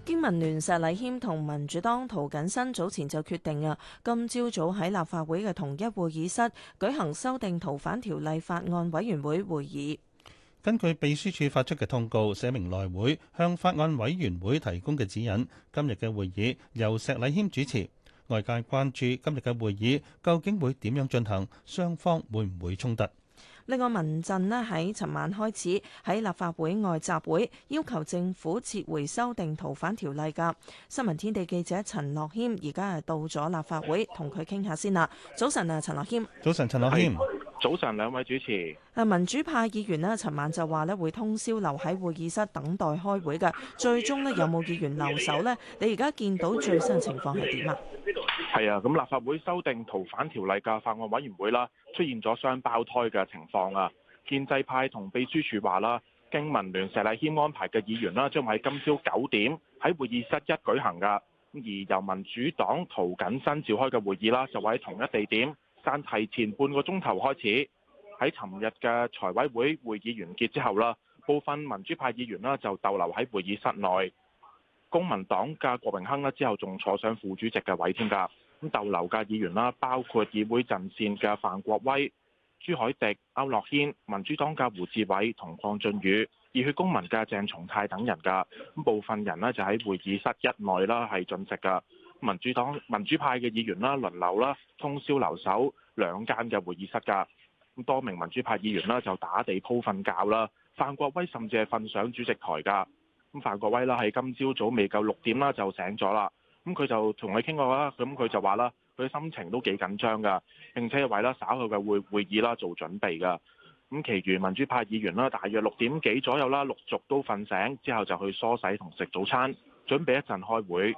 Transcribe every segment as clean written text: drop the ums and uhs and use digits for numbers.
經民聯石禮謙同民主黨涂謹申早前就決定今朝早喺立法會嘅同一會議室舉行修訂逃犯條例法案委員會會議。 根據秘書處發出嘅通告，寫明內會向法案委員會提供嘅指引。今日嘅會議由石禮謙主持，外界關注今日嘅會議究竟會點樣進行，雙方會唔會衝突？ 另外，民陣喺尋晚開始喺立法會外集會，要求政府撤回修訂逃犯條例㗎。新聞天地記者陳樂謙而家到咗立法會，同佢傾下先啦。早晨啊，陳樂謙。 早晨，陳樂謙。 早晨，兩位主持。 民主派議員尋晚就話會通宵留喺會議室等待開會嘅，最終有冇議員留守呢？你而家見到最新嘅情況係點啊？ 係啊，咁立法會修訂逃犯條例嘅法案委員會啦，出現咗雙胞胎嘅情況啊。建制派同秘書處話啦，經民聯石禮謙安排嘅議員啦，將會喺今朝9點喺會議室一舉行噶。而由民主黨涂謹申召開嘅會議啦，就會喺同一地點，但提前半個鐘頭開始。喺尋日嘅財委會會議完結之後啦，部分民主派議員啦就逗留喺會議室內。公民黨嘅郭榮鏗啦之後仲坐上副主席嘅位添㗎。咁逗留嘅議員啦，包括議會陣線嘅范國威、朱凱廸、區諾軒、民主黨嘅胡志偉同鄺俊宇、熱血公民嘅鄭松泰等人㗎。咁部分人呢就喺會議室一內啦係進食㗎。民主派嘅議員啦輪流啦通宵留守兩間嘅會議室㗎。咁多名民主派議員啦就打地鋪瞓覺啦。范國威甚至係瞓上主席台㗎。咁范國威啦喺今朝早未夠6點啦就醒咗啦。咁佢就同你傾過啦。咁佢就話啦，佢心情都幾緊張㗎，並且為啦稍後嘅會議啦做準備㗎。咁其餘民主派議員啦，大約6點幾左右啦，陸續都瞓醒之後就去梳洗同食早餐，準備一陣開會。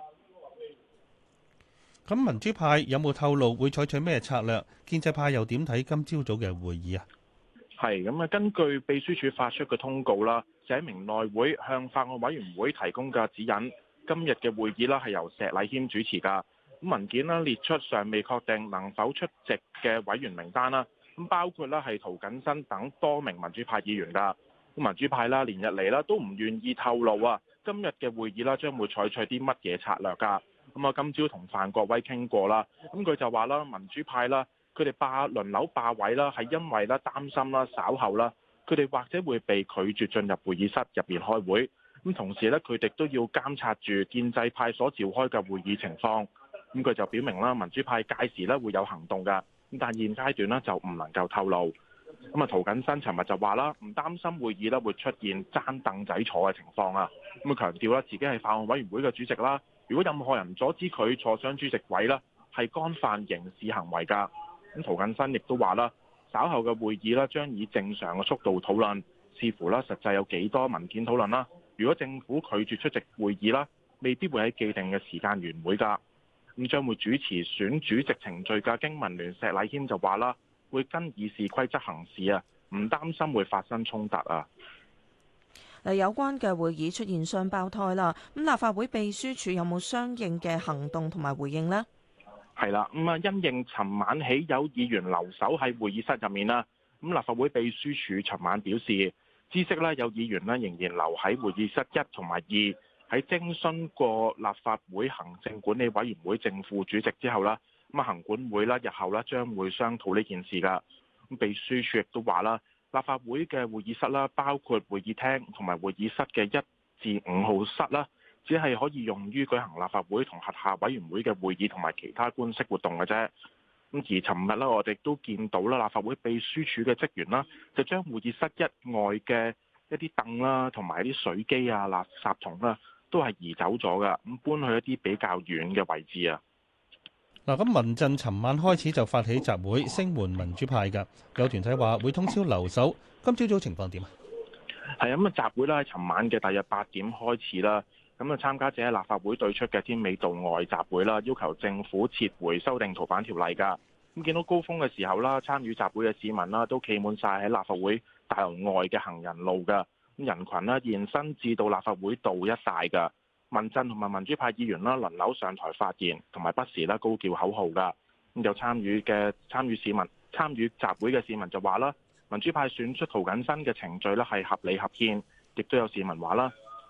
咁民主派有冇透露會採取咩策略？建制派又點睇今朝早嘅會議啊？ 係咁啊，根據秘書處發出嘅通告啦，寫明內會向法案委員會提供嘅指引。今日嘅會議啦係由石禮謙主持㗎。咁文件啦列出尚未確定能否出席嘅委員名單啦。咁包括啦係涂謹申等多名民主派議員㗎。咁民主派啦連日嚟啦都唔願意透露啊，今日嘅會議啦將會採取啲乜嘢策略㗎。咁啊，今朝同范國威傾過啦，咁佢就話啦，民主派啦，佢哋輪流霸位啦，係因為咧擔心啦，稍後啦，佢哋或者會被拒絕進入會議室入邊開會。咁同時咧，佢哋都要監察住建制派所召開嘅會議情況。咁佢就表明啦，民主派屆時咧會有行動㗎，咁但現階段咧就唔能夠透露。咁啊，涂謹申尋日就話啦，唔擔心會議咧會出現爭凳仔坐嘅情況啊。咁佢強調啦，自己係法案委員會嘅主席啦。如果任何人阻止佢坐上主席位啦，係干犯刑事行為㗎。咁涂謹申亦都話啦，稍後嘅會議啦將以正常嘅速度討論，視乎啦實際有幾多文件討論啦。如果政府拒絕出席會議啦，未必會喺既定嘅時間完會㗎。咁將會主持選主席程序嘅經民聯石禮謙就話啦，會跟議事規則行事啊，唔擔心會發生衝突啊。 有關嘅會議出現雙胞胎啦，咁立法會秘書處有冇相應嘅行動同埋回應呢？ 係啦，咁啊，因應尋晚起有議員留守喺會議室入面啦，咁立法會秘書處尋晚表示，知悉咧有議員咧仍然留喺會議室1同埋2，喺徵詢過立法會行政管理委員會正副主席之後啦，咁啊行管會啦日後咧將會商討呢件事㗎。咁秘書處亦都話啦，立法會嘅會議室啦，包括會議廳同埋會議室嘅1至5號室啦，只係可以用於舉行立法會同轄下委員會嘅會議同埋其他官式活動嘅啫。咁而尋日咧，我哋都見到啦，立法會秘書處嘅職員啦，就將會議室一外嘅一啲凳啦，同埋啲水機啊、垃圾桶啦，都係移走咗噶，咁搬去一啲比較遠嘅位置啊。 嗱，咁民陣尋晚開始就發起集會聲援民主派㗎，有團體話會通宵留守。今朝早情況點啊？ 係咁啊，集會咧喺尋晚嘅大約8點開始啦。咁啊，參加者喺立法會對出嘅天美道外集會啦，要求政府撤回修訂逃犯條例㗎。咁見到高峰嘅時候啦，參與集會嘅市民啦都企滿晒喺立法會大樓外嘅行人路㗎。咁人群啦延伸至到立法會道一帶㗎。民陣同埋民主派議員啦輪流上台發言，同埋不時啦高叫口號㗎。咁有參與集會嘅市民就話啦，民主派選出涂謹申嘅程序咧係合理合憲，亦都有市民話啦，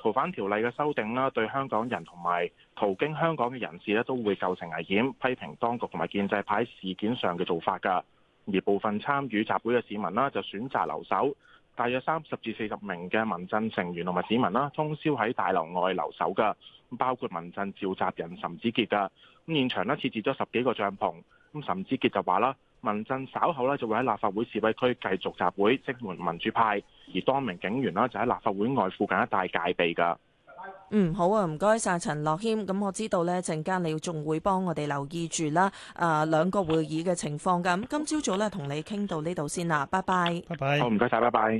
逃犯條例嘅修訂啦，對香港人同埋途經香港嘅人士咧都會構成危險，批評當局同埋建制派事件上嘅做法㗎。而部分參與集會嘅市民啦，就選擇留守，大約30至40名嘅民陣成員同埋市民啦，通宵喺大樓外留守㗎，包括民陣召集人岑子傑㗎。咁現場咧設置咗10幾個帳篷。咁岑子傑就話啦，民陣稍後咧就會喺立法會示威區繼續集會，聲援民主派，而多名警員啦就喺立法會外附近一帶戒備㗎。 好啊，唔該晒陳樂謙。咁我知道呢陣間你仲會幫我哋留意住啦，兩個會議嘅情況㗎。咁今朝早呢，同你傾到呢度先啦，拜拜。 拜拜。 好，唔該晒，拜拜。